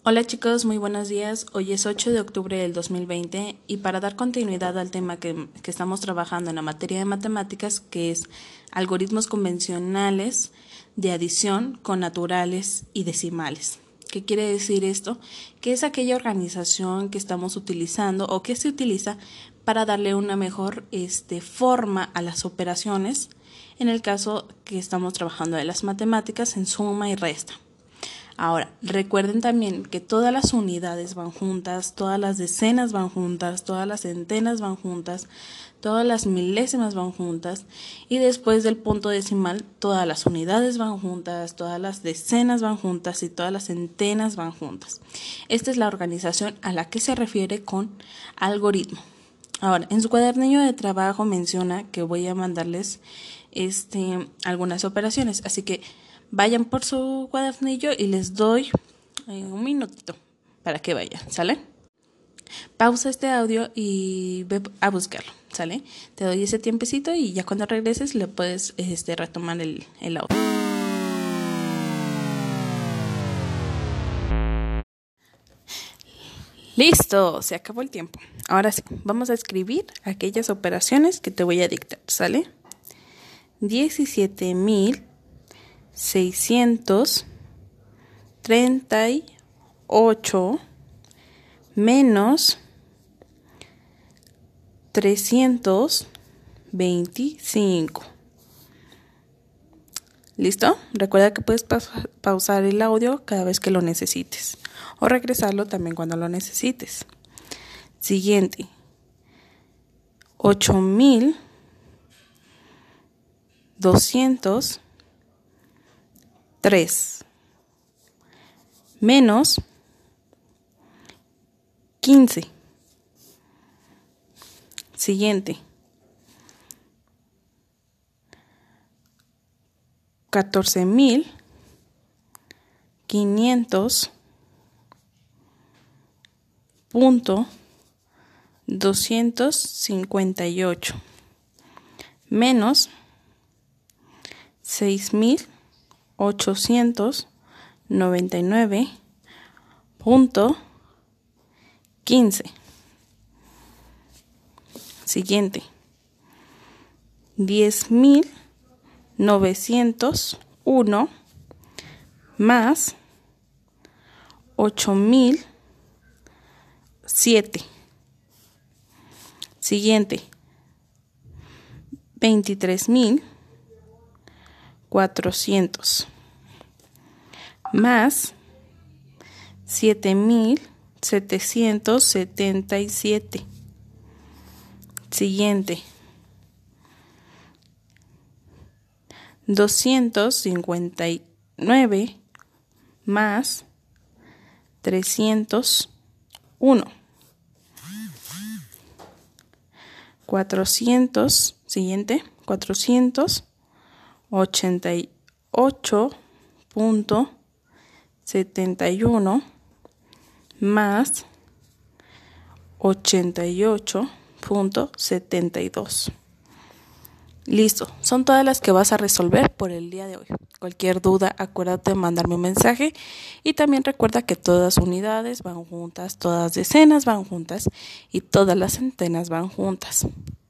Hola chicos, muy buenos días. Hoy es 8 de octubre del 2020 y para dar continuidad al tema que estamos trabajando en la materia de matemáticas, que es algoritmos convencionales de adición con naturales y decimales. ¿Qué quiere decir esto? Que es aquella organización que estamos utilizando o que se utiliza para darle una mejor forma a las operaciones en el caso que estamos trabajando de las matemáticas en suma y resta. Ahora, recuerden también que todas las unidades van juntas, todas las decenas van juntas, todas las centenas van juntas, todas las milésimas van juntas y después del punto decimal todas las unidades van juntas, todas las decenas van juntas y todas las centenas van juntas. Esta es la organización a la que se refiere con algoritmo. Ahora, en su cuadernillo de trabajo menciona que voy a mandarles algunas operaciones, así que vayan por su cuadernillo y les doy un minutito para que vayan, ¿sale? Pausa este audio y ve a buscarlo, ¿sale? Te doy ese tiempecito y ya cuando regreses le puedes retomar el audio. Listo, se acabó el tiempo. Ahora sí, vamos a escribir aquellas operaciones que te voy a dictar, ¿sale? 17,638 menos 325. ¿Listo? Recuerda que puedes pausar el audio cada vez que lo necesites o regresarlo también cuando lo necesites. Siguiente. 8,203 menos 15. Siguiente. 14,500,258 menos 6,899,15. Siguiente. 10,901 más 8,007. Siguiente. 23,400 más 7,777. Siguiente. 259 más 301. 488,71 más 88,72. Listo, son todas las que vas a resolver por el día de hoy. Cualquier duda, acuérdate de mandarme un mensaje y también recuerda que todas unidades van juntas, todas decenas van juntas y todas las centenas van juntas.